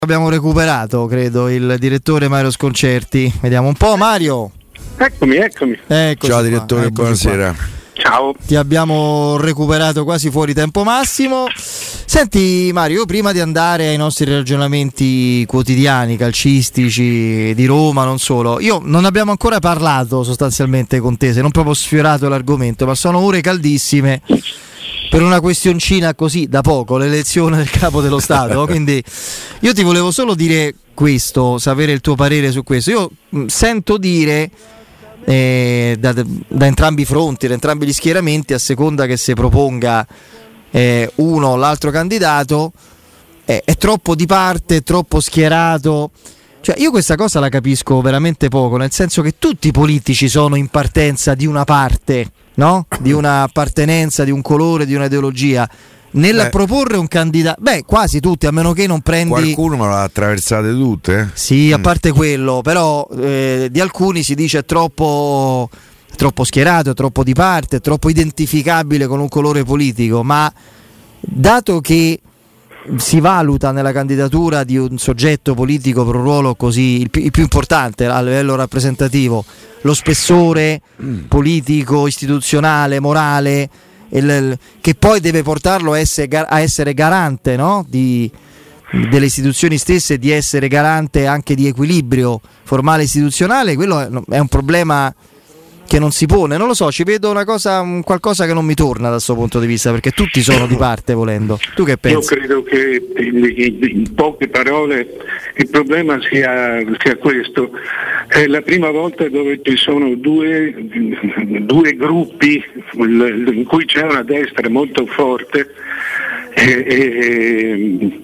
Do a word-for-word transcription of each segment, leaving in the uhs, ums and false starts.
Abbiamo recuperato, credo, il direttore Mario Sconcerti. Vediamo un po', Mario. Eccomi, eccomi. Eccoci Ciao qua, direttore, buonasera. Qua. Ciao. Ti abbiamo recuperato quasi fuori tempo massimo. Senti Mario, prima di andare ai nostri ragionamenti quotidiani, calcistici, di Roma, non solo, io non abbiamo ancora parlato sostanzialmente con te, se non proprio sfiorato l'argomento, ma sono ore caldissime per una questioncina così da poco, l'elezione del capo dello Stato. Quindi io ti volevo solo dire questo, sapere il tuo parere su questo. Io mh, sento dire eh, da, da entrambi i fronti, da entrambi gli schieramenti, a seconda che si proponga eh, uno o l'altro candidato, eh, è troppo di parte, è troppo schierato. Cioè io questa cosa la capisco veramente poco, nel senso che tutti i politici sono in partenza di una parte, no? Di un'appartenenza, di un colore, di un'ideologia. Nel beh, proporre un candidato, beh, quasi tutti, a meno che non prendi. Qualcuno me l'ha attraversate tutte? Sì, a parte mm. quello, però eh, di alcuni si dice è troppo, troppo schierato, è troppo di parte, è troppo identificabile con un colore politico. Ma dato che si valuta nella candidatura di un soggetto politico per un ruolo così il più, il più importante a livello rappresentativo, lo spessore mm. politico, istituzionale, morale, il, il, che poi deve portarlo a essere, a essere garante, no? di, delle istituzioni stesse, di essere garante anche di equilibrio formale istituzionale, quello è, è un problema che non si pone. Non lo so, ci vedo una cosa, un qualcosa che non mi torna dal suo punto di vista, perché tutti sono di parte volendo. Tu che pensi? Io credo che in poche parole il problema sia, sia questo. È la prima volta dove ci sono due, due gruppi in cui c'è una destra molto forte e, e,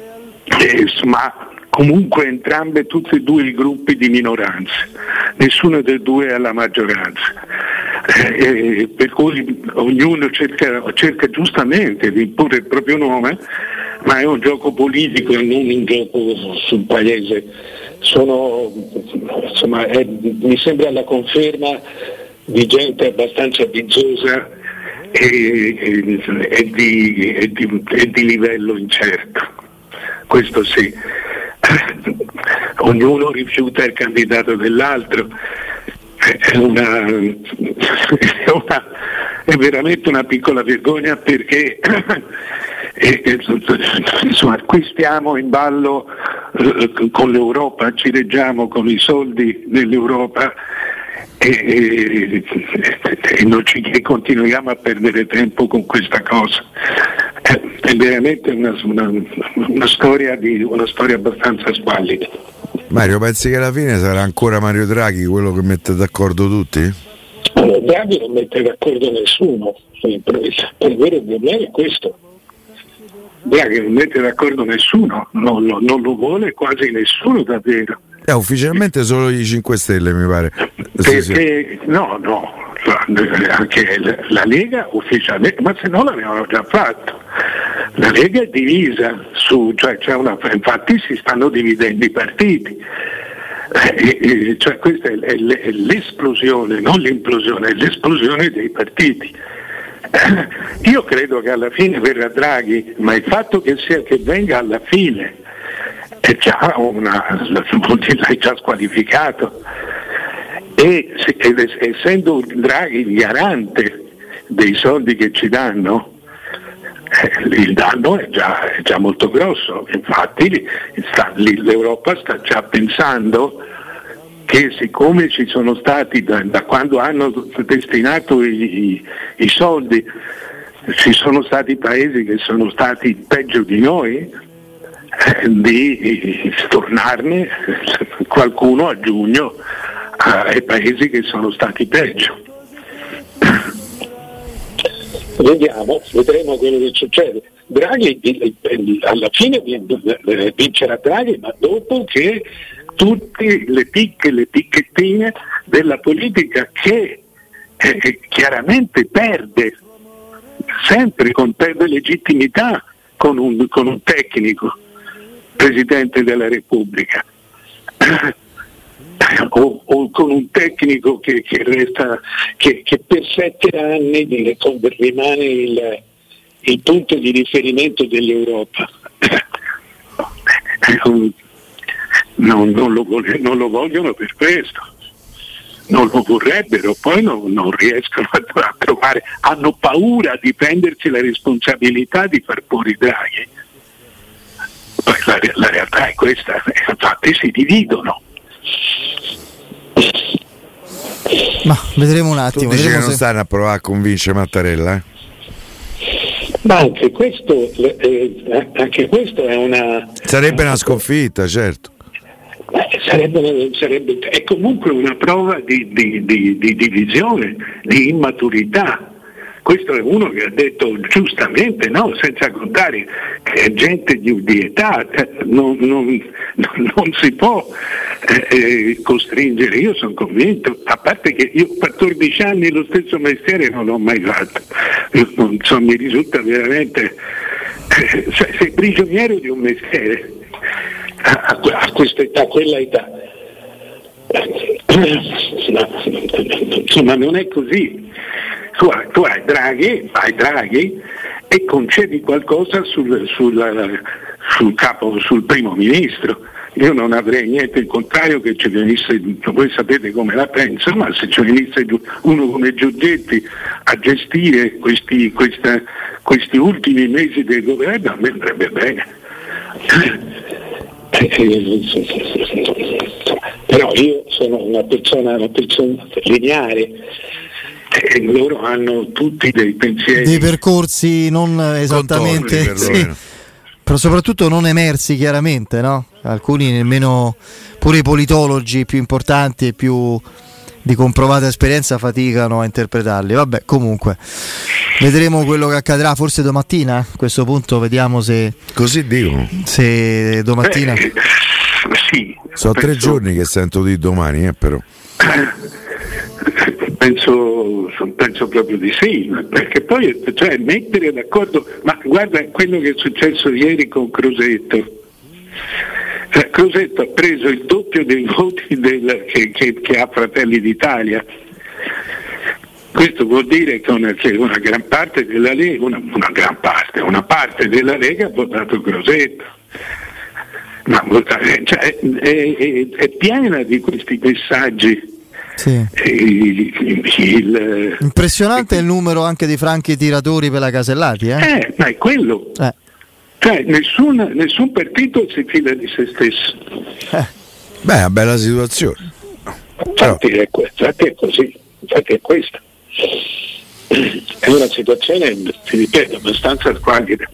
e, ma comunque entrambe, tutti e due i gruppi di minoranza, nessuno dei due è la maggioranza, eh, per cui ognuno cerca, cerca giustamente di imporre il proprio nome, ma è un gioco politico e non un gioco sul paese. Sono, insomma, è, mi sembra la conferma di gente abbastanza bizzosa e, e, e, di, e, di, e di livello incerto, questo sì. Ognuno rifiuta il candidato dell'altro, è, una, è, una, è veramente una piccola vergogna, perché e, e, insomma, qui stiamo in ballo eh, con l'Europa, ci reggiamo con i soldi dell'Europa e, e, e, non ci, e continuiamo a perdere tempo con questa cosa. È, è veramente una, una, una storia di una storia abbastanza squallida. Mario, pensi che alla fine sarà ancora Mario Draghi quello che mette d'accordo tutti? Allora, Draghi non mette d'accordo nessuno, per il vero problema è questo. Draghi non mette d'accordo nessuno, non lo, non lo vuole quasi nessuno davvero. Eh, ufficialmente solo i cinque Stelle mi pare. Perché sì, sì. no, no, anche la Lega ufficialmente, ma se no l'avevano già fatto. La Lega è divisa su, cioè c'è una, infatti si stanno dividendo i partiti. Eh, eh, cioè questa è, è, è l'esplosione, non l'implosione, è l'esplosione dei partiti. Eh, io credo che alla fine verrà Draghi, ma il fatto che sia che venga alla fine è già una, l'hai già squalificato. E se, essendo Draghi il garante dei soldi che ci danno, eh, il danno è già, è già molto grosso. Infatti sta, l'Europa sta già pensando che siccome ci sono stati, da, da quando hanno destinato i, i, i soldi, ci sono stati paesi che sono stati peggio di noi, eh, di stornarne qualcuno a giugno ai paesi che sono stati peggio. Vediamo, vedremo quello che succede. Draghi alla fine vincerà Draghi, ma dopo che tutte le picche, le picchettine della politica che eh, chiaramente perde sempre, con, perde legittimità con un, con un tecnico Presidente della Repubblica. O, o con un tecnico che, che resta che, che per sette anni rimane il, il punto di riferimento dell'Europa. non, non, lo, non lo vogliono per questo, non lo vorrebbero, poi non, non riescono a, a trovare, hanno paura di prendersi la responsabilità di far fuori Draghi. Poi la, la realtà è questa, infatti si dividono. Ma vedremo un attimo. Tu dici che non se... stanno a provare a convincere Mattarella, eh? Ma anche questo, eh, anche questo è una... Sarebbe una sconfitta, certo. Eh, sarebbe, sarebbe, è comunque una prova di, di, di, di divisione, di immaturità. Questo è uno che ha detto giustamente, no? Senza contare che è gente di, di età, non, non, non si può eh, costringere. Io sono convinto, a parte che io quattordici anni lo stesso mestiere non l'ho mai fatto, io non so, mi risulta veramente, eh, cioè, sei prigioniero di un mestiere a, a questa età, a quella età. Insomma, non è così. Tu hai, tu hai Draghi, hai Draghi e concedi qualcosa sul, sul, sul capo, sul primo ministro. Io non avrei niente in contrario che ci venisse, voi sapete come la penso, ma se ci venisse uno come Giorgetti a gestire questi, questa, questi ultimi mesi del governo, a me andrebbe bene. Però io sono una persona, una persona lineare. E loro hanno tutti dei pensieri, dei percorsi non esattamente Contorni, sì, però soprattutto non emersi chiaramente, no? Alcuni nemmeno, pure i politologi più importanti e più di comprovata esperienza faticano a interpretarli. Vabbè, comunque vedremo quello che accadrà forse domattina. A questo punto vediamo se così dicono, se domattina eh, sì, sono penso... tre giorni che sento di domani, eh, però Penso, penso proprio di sì, perché poi cioè, mettere d'accordo, ma guarda quello che è successo ieri con Crosetto. Cioè, Crosetto ha preso il doppio dei voti del, che, che, che ha Fratelli d'Italia. Questo vuol dire che una, che una gran parte della Lega, una, una gran parte, una parte della Lega ha votato Crosetto. Ma cioè, è, è, è piena di questi messaggi. sì. Il, il, impressionante il, il numero anche di franchi tiratori per la Casellati, eh? eh ma è quello, eh. Cioè nessun, nessun partito si fida di se stesso, eh. Beh, è una bella situazione. Infatti, è, infatti è così, infatti è questa è una situazione, ti ripeto, abbastanza squallida.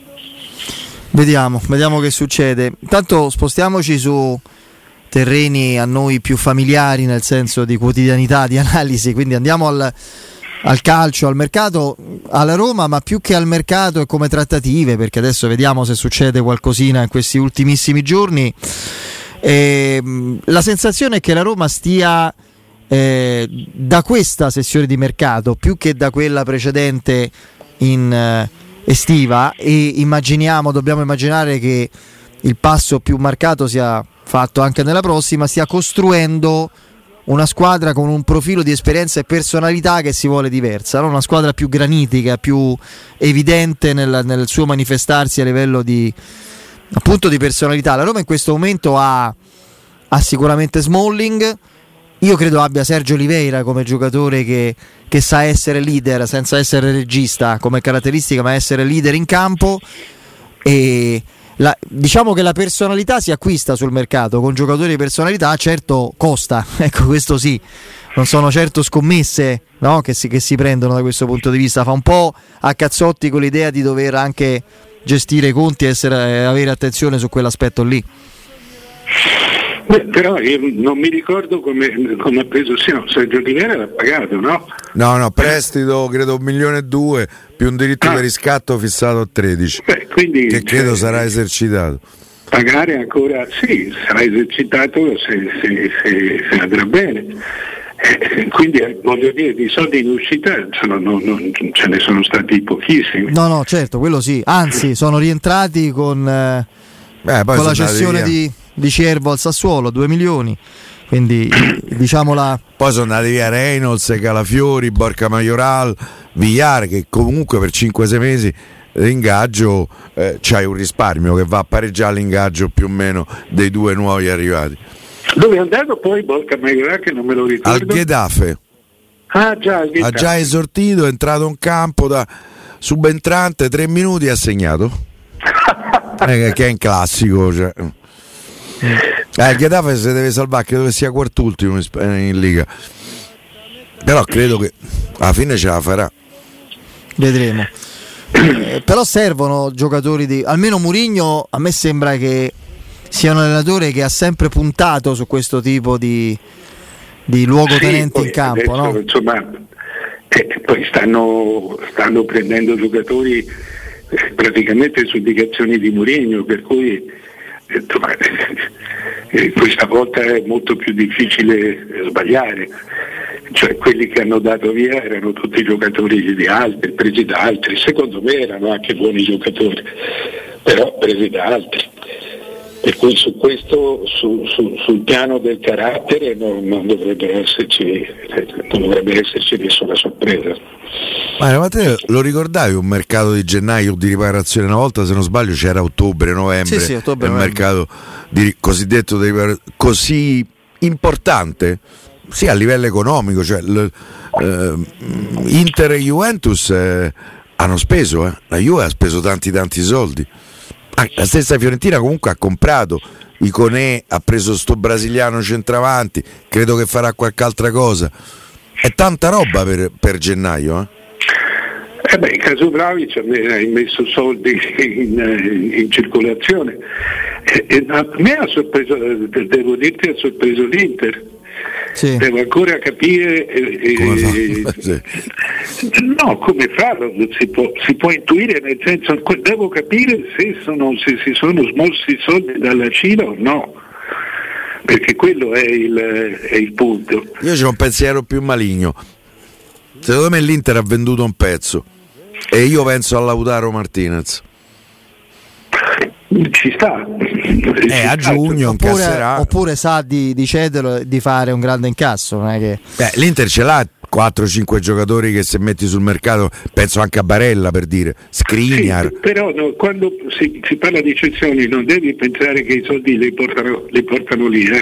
Vediamo, vediamo che succede. Intanto spostiamoci su terreni a noi più familiari, nel senso di quotidianità, di analisi, quindi andiamo al, al calcio, al mercato, alla Roma, ma più che al mercato e come trattative, perché adesso vediamo se succede qualcosina in questi ultimissimi giorni. Eh, la sensazione è che la Roma stia eh, da questa sessione di mercato più che da quella precedente in eh, estiva, e immaginiamo, dobbiamo immaginare che il passo più marcato sia fatto anche nella prossima, stia costruendo una squadra con un profilo di esperienza e personalità che si vuole diversa, no? Una squadra più granitica, più evidente nel, nel suo manifestarsi a livello di, appunto, di personalità. La Roma in questo momento ha, ha sicuramente Smalling, io credo abbia Sergio Oliveira come giocatore che, che sa essere leader senza essere regista come caratteristica, ma essere leader in campo, e La, diciamo che la personalità si acquista sul mercato con giocatori di personalità, certo costa, ecco, questo sì, non sono certo scommesse, no, che, si, che si prendono da questo punto di vista. Fa un po' a cazzotti con l'idea di dover anche gestire i conti e essere, avere attenzione su quell'aspetto lì. Beh, però io non mi ricordo come, come ha preso, sì, no, Sergio Oliveira l'ha pagato, no? No, no, prestito credo un milione e due più un diritto ah. di riscatto fissato a tredici, Beh, quindi, che credo cioè, sarà esercitato. Pagare ancora, sì, sarà esercitato se, se, se, se andrà bene. Eh, quindi voglio dire, di soldi in uscita sono, non, non, ce ne sono stati pochissimi. No, no, certo, quello sì, anzi sono rientrati con, eh, Beh, poi con la cessione di, di Cervo al Sassuolo, due milioni. Quindi diciamo la... Poi sono andati via Reynolds, Calafiori, Borca Majoral, Villar, che comunque per cinque sei mesi l'ingaggio, eh, c'hai un risparmio che va a pareggiare l'ingaggio più o meno dei due nuovi arrivati. Dove è andato poi Borca Maioral, che non me lo ricordo? Al Getafe. Ah, già, al Ha già esortito, è entrato in campo da subentrante, tre minuti e ha segnato. eh, che è un classico, cioè. Eh, il Getafe si deve salvare, credo che sia quart'ultimo in, in Liga, però credo che alla fine ce la farà, vedremo. Eh, però servono giocatori di, almeno Mourinho a me sembra che sia un allenatore che ha sempre puntato su questo tipo di, di luogotenenti, sì, in campo, adesso, no? Insomma, eh, poi stanno, stanno prendendo giocatori eh, praticamente su indicazioni di Mourinho, per cui eh, questa volta è molto più difficile sbagliare, cioè quelli che hanno dato via erano tutti giocatori di altri, presi da altri, secondo me erano anche buoni giocatori, però presi da altri, per cui su questo, su, su, sul piano del carattere non, non dovrebbe esserci non dovrebbe esserci nessuna sorpresa. Ma, ma te lo ricordavi un mercato di gennaio di riparazione? Una volta, se non sbaglio, c'era ottobre, novembre, sì, sì, ottobre, un novembre. mercato di, cosiddetto di riparazione così importante, sì, a livello economico, cioè l, eh, Inter e Juventus eh, hanno speso, eh. La Juve ha speso tanti tanti soldi. Ah, la stessa Fiorentina comunque ha comprato Iconè, ha preso sto brasiliano centravanti, credo che farà qualche altra cosa. È tanta roba per, per gennaio, eh? Eh beh, in caso Vlahovic ha messo soldi in, in circolazione. E, e a me ha sorpreso, devo dirti, ha sorpreso l'Inter. Sì. Devo ancora capire eh, come fa? Sì. No, come farlo? Si può, si può intuire, nel senso, devo capire se, sono, se si sono smossi i soldi dalla Cina o no, perché quello è il, è il punto. Io c'ho un pensiero più maligno. Secondo me l'Inter ha venduto un pezzo e io penso a Lautaro Martinez. Ci sta, eh, a giugno oppure, oppure sa di, di cederlo e di fare un grande incasso, non è che... Beh, l'Inter ce l'ha quattro cinque giocatori che se metti sul mercato, penso anche a Barella, per dire, Skriniar. Sì, però no, quando si, si parla di cessioni non devi pensare che i soldi li portano, li portano lì, eh.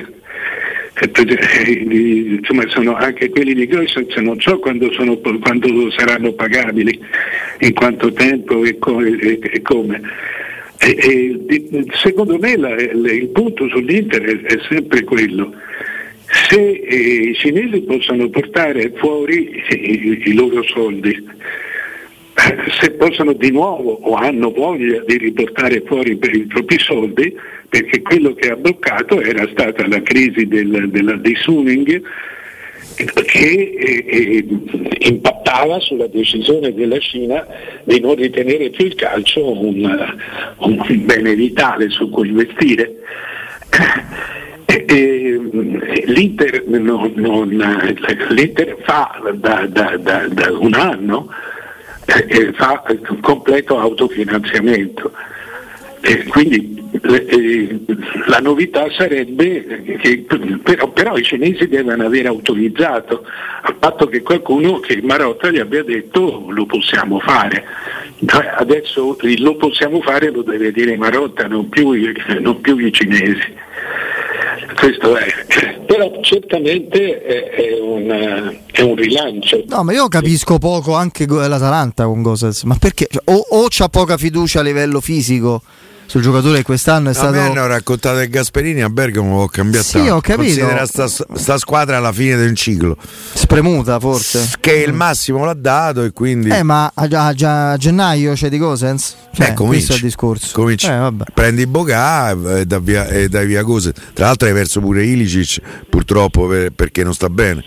Insomma, sono anche quelli di Gossens, non so quando, sono, quando saranno pagabili, in quanto tempo e, co- e, e come. E, e, secondo me la, la, il punto sull'Inter è, è sempre quello: se eh, i cinesi possono portare fuori i, i loro soldi, se possono di nuovo o hanno voglia di riportare fuori per i propri soldi, perché quello che ha bloccato era stata la crisi del, della desuning, che eh, eh, impattava sulla decisione della Cina di non ritenere più il calcio un, un bene vitale su cui investire. E, e, l'Inter, non, non, l'Inter fa da, da, da, da un anno eh, fa un completo autofinanziamento, e quindi eh, la novità sarebbe che però, però i cinesi devono aver autorizzato al fatto che qualcuno, che Marotta gli abbia detto lo possiamo fare. Cioè, adesso lo possiamo fare lo deve dire Marotta, non più, non più i cinesi. Questo è, però certamente è, è, una, è un rilancio. No, ma io capisco poco anche l'Atalanta con Gosens, ma perché? Cioè, o, o c'ha poca fiducia a livello fisico sul giocatore che quest'anno è stato... A me hanno raccontato che Gasperini a Bergamo ho cambiato. Sì, ho capito. Considera sta, sta squadra alla fine del ciclo. Spremuta forse. Che il massimo l'ha dato e quindi... Eh, ma a, a, a gennaio c'è di Gosens? Cioè, eh, cominci, questo è il discorso. Cominci. Eh, vabbè. Prendi Bocà e dai via, e dai via Gosens. Tra l'altro hai perso pure Ilicic, purtroppo, per, perché non sta bene.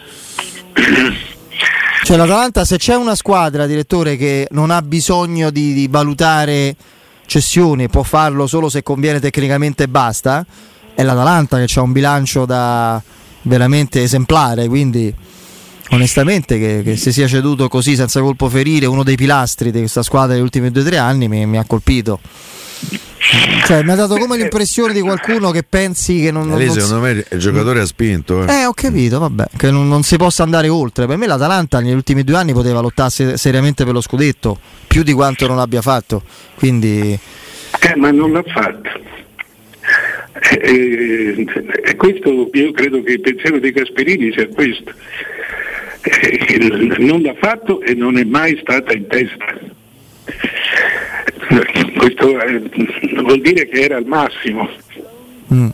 Cioè l'Atalanta, se c'è una squadra, direttore, che non ha bisogno di, di valutare cessioni, può farlo solo se conviene tecnicamente e basta, è l'Atalanta, che ha un bilancio da veramente esemplare, quindi onestamente che, che si sia ceduto così senza colpo ferire uno dei pilastri di questa squadra negli ultimi due o tre anni mi, mi ha colpito. Cioè, mi ha dato come l'impressione di qualcuno che pensi che non, non, lì non secondo si... me il giocatore ha spinto. Eh, eh ho capito, vabbè, che non, non si possa andare oltre. Per me l'Atalanta negli ultimi due anni poteva lottare se- seriamente per lo scudetto, più di quanto non abbia fatto. Quindi. Eh, ma non l'ha fatto. E, e questo io credo che il pensiero di Gasperini sia questo. E, non l'ha fatto e non è mai stata in testa. Questo eh, vuol dire che era al massimo. Mm.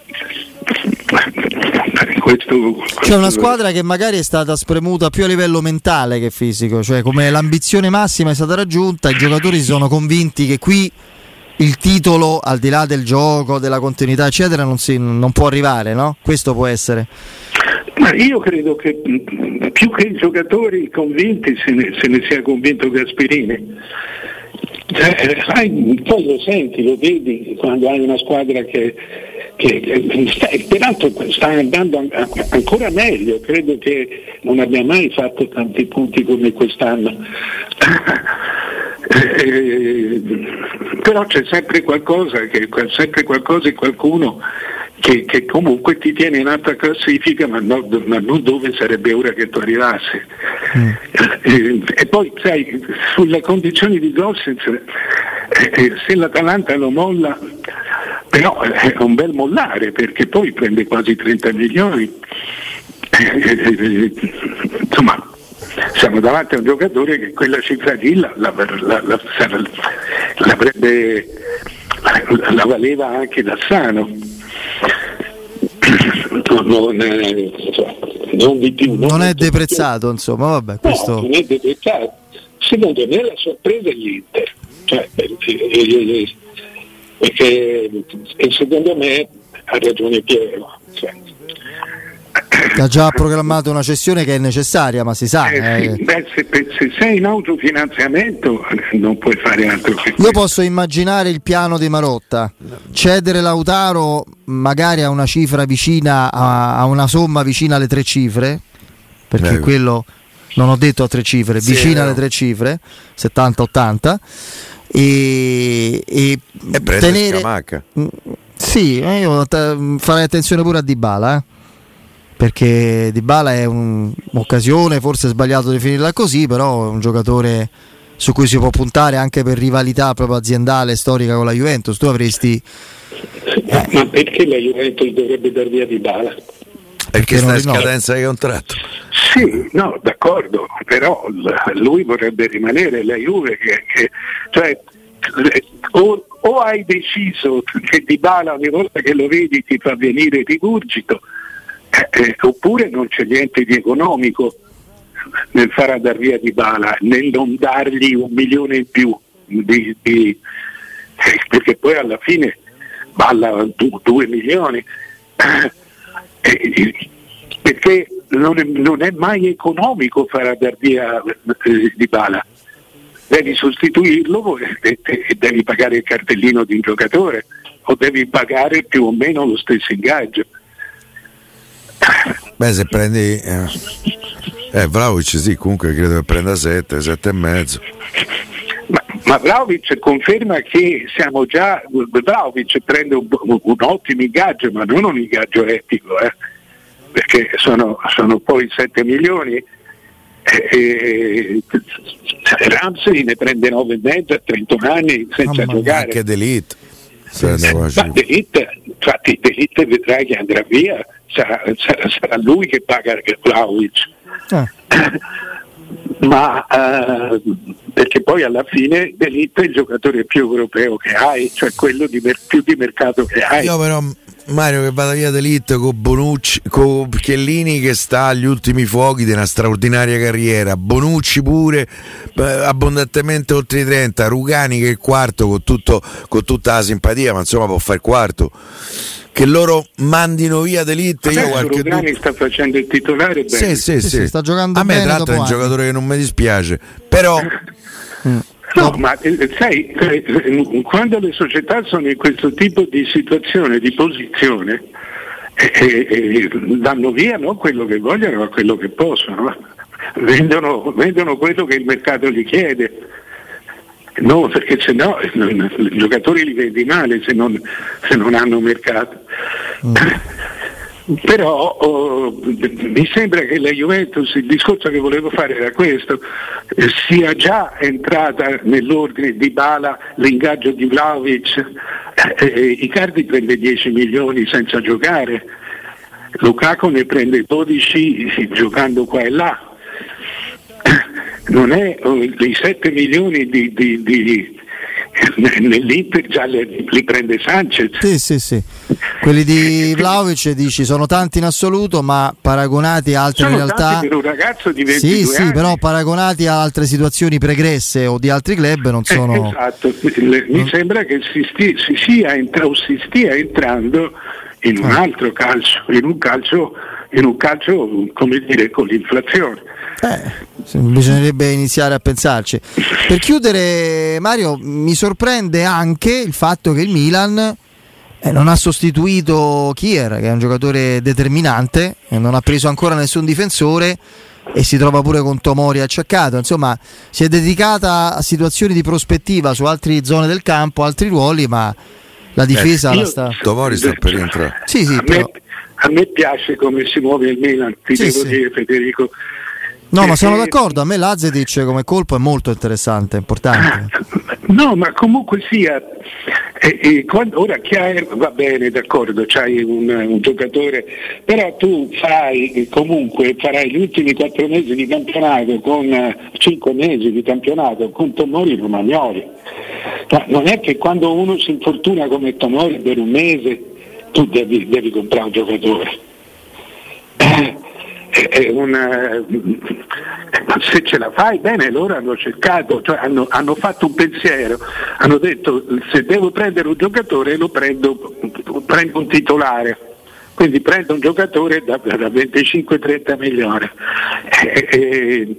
Questo, C'è una squadra che magari è stata spremuta più a livello mentale che fisico, cioè come l'ambizione massima è stata raggiunta, i giocatori si sono convinti che qui il titolo, al di là del gioco, della continuità eccetera, non, si, non può arrivare, no? Questo può essere. Ma io credo che più che i giocatori convinti se ne, se ne sia convinto Gasperini. Cioè, sai, poi lo senti, lo vedi quando hai una squadra che, che, che sta, peraltro sta andando an- ancora meglio, credo che non abbia mai fatto tanti punti come quest'anno. Eh, però c'è sempre qualcosa, che, sempre qualcosa e qualcuno che, che comunque ti tiene in alta classifica, ma, no, ma non dove sarebbe ora che tu arrivassi. Mm. Eh, e poi sai, sulle condizioni di Gossens, eh, se l'Atalanta lo molla, però è un bel mollare, perché poi prende quasi trenta milioni. Eh, eh, insomma, siamo davanti a un giocatore che quella cifra lì la, la, la, la, l'avrebbe la valeva anche da Sano, non, non di più, non, non è deprezzato, insomma, vabbè, questo... no, non è deprezzato. Secondo me la sorpresa è l'Inter, cioè, perché, perché e secondo me ha ragione Piero, cioè, che ha già programmato una cessione che è necessaria, ma si sa. Eh, eh. sì, beh, se, se sei in autofinanziamento non puoi fare altro che questo. Io posso immaginare il piano di Marotta, cedere Lautaro magari a una cifra vicina, a, a una somma vicina alle tre cifre, perché eh. quello non ho detto a tre cifre, sì, vicina alle tre cifre, settanta ottanta, e, e, e tenere... Scamacca. Sì, io t- farei attenzione pure a Dybala, eh. perché Dybala è un, un'occasione, forse è sbagliato definirla così, però è un giocatore su cui si può puntare anche per rivalità proprio aziendale, storica con la Juventus. Tu avresti eh. ma perché la Juventus dovrebbe dar via Dybala? Perché sta in scadenza di contratto. Sì, no, d'accordo, però lui vorrebbe rimanere la Juve, che, che cioè o, o hai deciso che Dybala ogni volta che lo vedi ti fa venire rigurgito, Eh, oppure non c'è niente di economico nel far andare via Dybala, nel non dargli un milione in più di, di, eh, perché poi alla fine balla du, due milioni eh, perché non è, non è mai economico far andare via eh, Dybala, devi sostituirlo e, e devi pagare il cartellino di un giocatore o devi pagare più o meno lo stesso ingaggio. Beh, se prendi eh, eh Vlahovic sì, comunque credo che prenda sette, sette e mezzo. Ma, ma Vlahovic conferma che siamo già, Vlahovic prende un, un, un ottimo ingaggio, ma non un ingaggio etico, eh, perché sono, sono poi sette milioni e, e Ramsey ne prende nove e mezzo a trentuno anni senza Mamma giocare. Anche D'Elite. Sì, sì. Ma D'Elite, infatti D'Elite vedrai che andrà via, sarà, sarà, sarà lui che paga Vlahovic. Ah. Ma uh, perché poi alla fine D'Elite è il giocatore più europeo che hai, cioè quello di mer- più di mercato che hai. Io però Mario che vada via D'Elite con Bonucci, con Chiellini che sta agli ultimi fuochi di una straordinaria carriera, Bonucci pure eh, abbondantemente oltre i trenta, Rugani che è il quarto con, tutto, con tutta la simpatia, ma insomma può fare il quarto. Che loro mandino via D'Elite. Io qualche Rugani du... sta facendo il titolare bene. Sì, sì, sì, sì. Sta giocando a me bene tra l'altro è un anni. giocatore che non mi dispiace, però mm. No, ma eh, sai, eh, quando le società sono in questo tipo di situazione, di posizione, eh, eh, danno via non quello che vogliono, ma quello che possono. Vendono, vendono quello che il mercato gli chiede. No, perché se no i giocatori li vedi male se non, se non hanno mercato. Mm. Però oh, mi sembra che la Juventus, il discorso che volevo fare era questo, eh, sia già entrata nell'ordine di Dybala, l'ingaggio di Vlahovic, eh, eh, Icardi prende dieci milioni senza giocare, Lukaku ne prende dodici giocando qua e là. Non è oh, i sette milioni di, di, di nell'Inter già li, li prende Sanchez. Sì, sì, sì. Quelli di Vlahovic dici sono tanti in assoluto, ma paragonati a altre sono realtà. Tanti per un ragazzo di ventidue sì, sì, anni. però paragonati a altre situazioni pregresse o di altri club non sono. Eh, esatto, mi mm. sembra che si, stia, si sia entra, o si stia entrando in un altro calcio, in un calcio, in un calcio, come dire, con l'inflazione. Eh, bisognerebbe iniziare a pensarci. Per chiudere, Mario, mi sorprende anche il fatto che il Milan eh, non ha sostituito Kier, che è un giocatore determinante, e non ha preso ancora nessun difensore e si trova pure con Tomori acciaccato. Insomma, si è dedicata a situazioni di prospettiva su altre zone del campo, altri ruoli, ma la difesa eh, la sta. Tomori sta per rientrare. Sì, sì, a, però... me, a me piace come si muove il Milan, ti sì, devo sì. dire, Federico. No, ma sono d'accordo, a me Lazetic come colpo è molto interessante, importante. No, ma comunque sia, eh, eh, quando, ora Chiar va bene, d'accordo, c'hai un, un giocatore, però tu fai comunque, farai gli ultimi quattro mesi di campionato con eh, cinque mesi di campionato con Tomori Romagnoli. Ma non è che quando uno si infortuna come Tomori per un mese tu devi, devi comprare un giocatore. Eh, È una, se ce la fai bene, loro hanno cercato, cioè hanno, hanno fatto un pensiero, hanno detto se devo prendere un giocatore lo prendo, prendo un titolare, quindi prendo un giocatore da, da venticinque trenta milioni. E, e,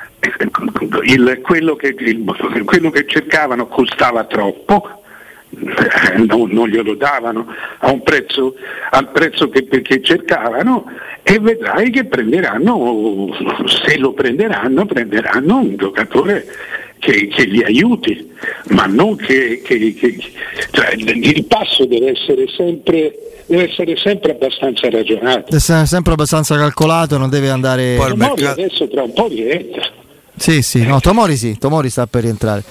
il, quello, che, il, quello che cercavano costava troppo. Non, non glielo davano a un prezzo, al prezzo che, che cercavano, e vedrai che prenderanno, se lo prenderanno, prenderanno un giocatore che, che li aiuti, ma non che, che, che cioè, il passo deve essere sempre deve essere sempre abbastanza ragionato, deve essere sempre abbastanza calcolato, non deve andare. Tomori mercato... adesso tra un po' rientra. Sì, sì, no, Tomori sì, Tomori sta per rientrare.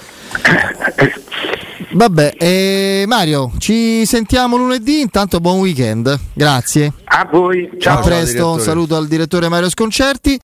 Vabbè, eh, Mario, ci sentiamo lunedì, intanto buon weekend, grazie. A voi, ciao. A presto, un saluto al direttore Mario Sconcerti.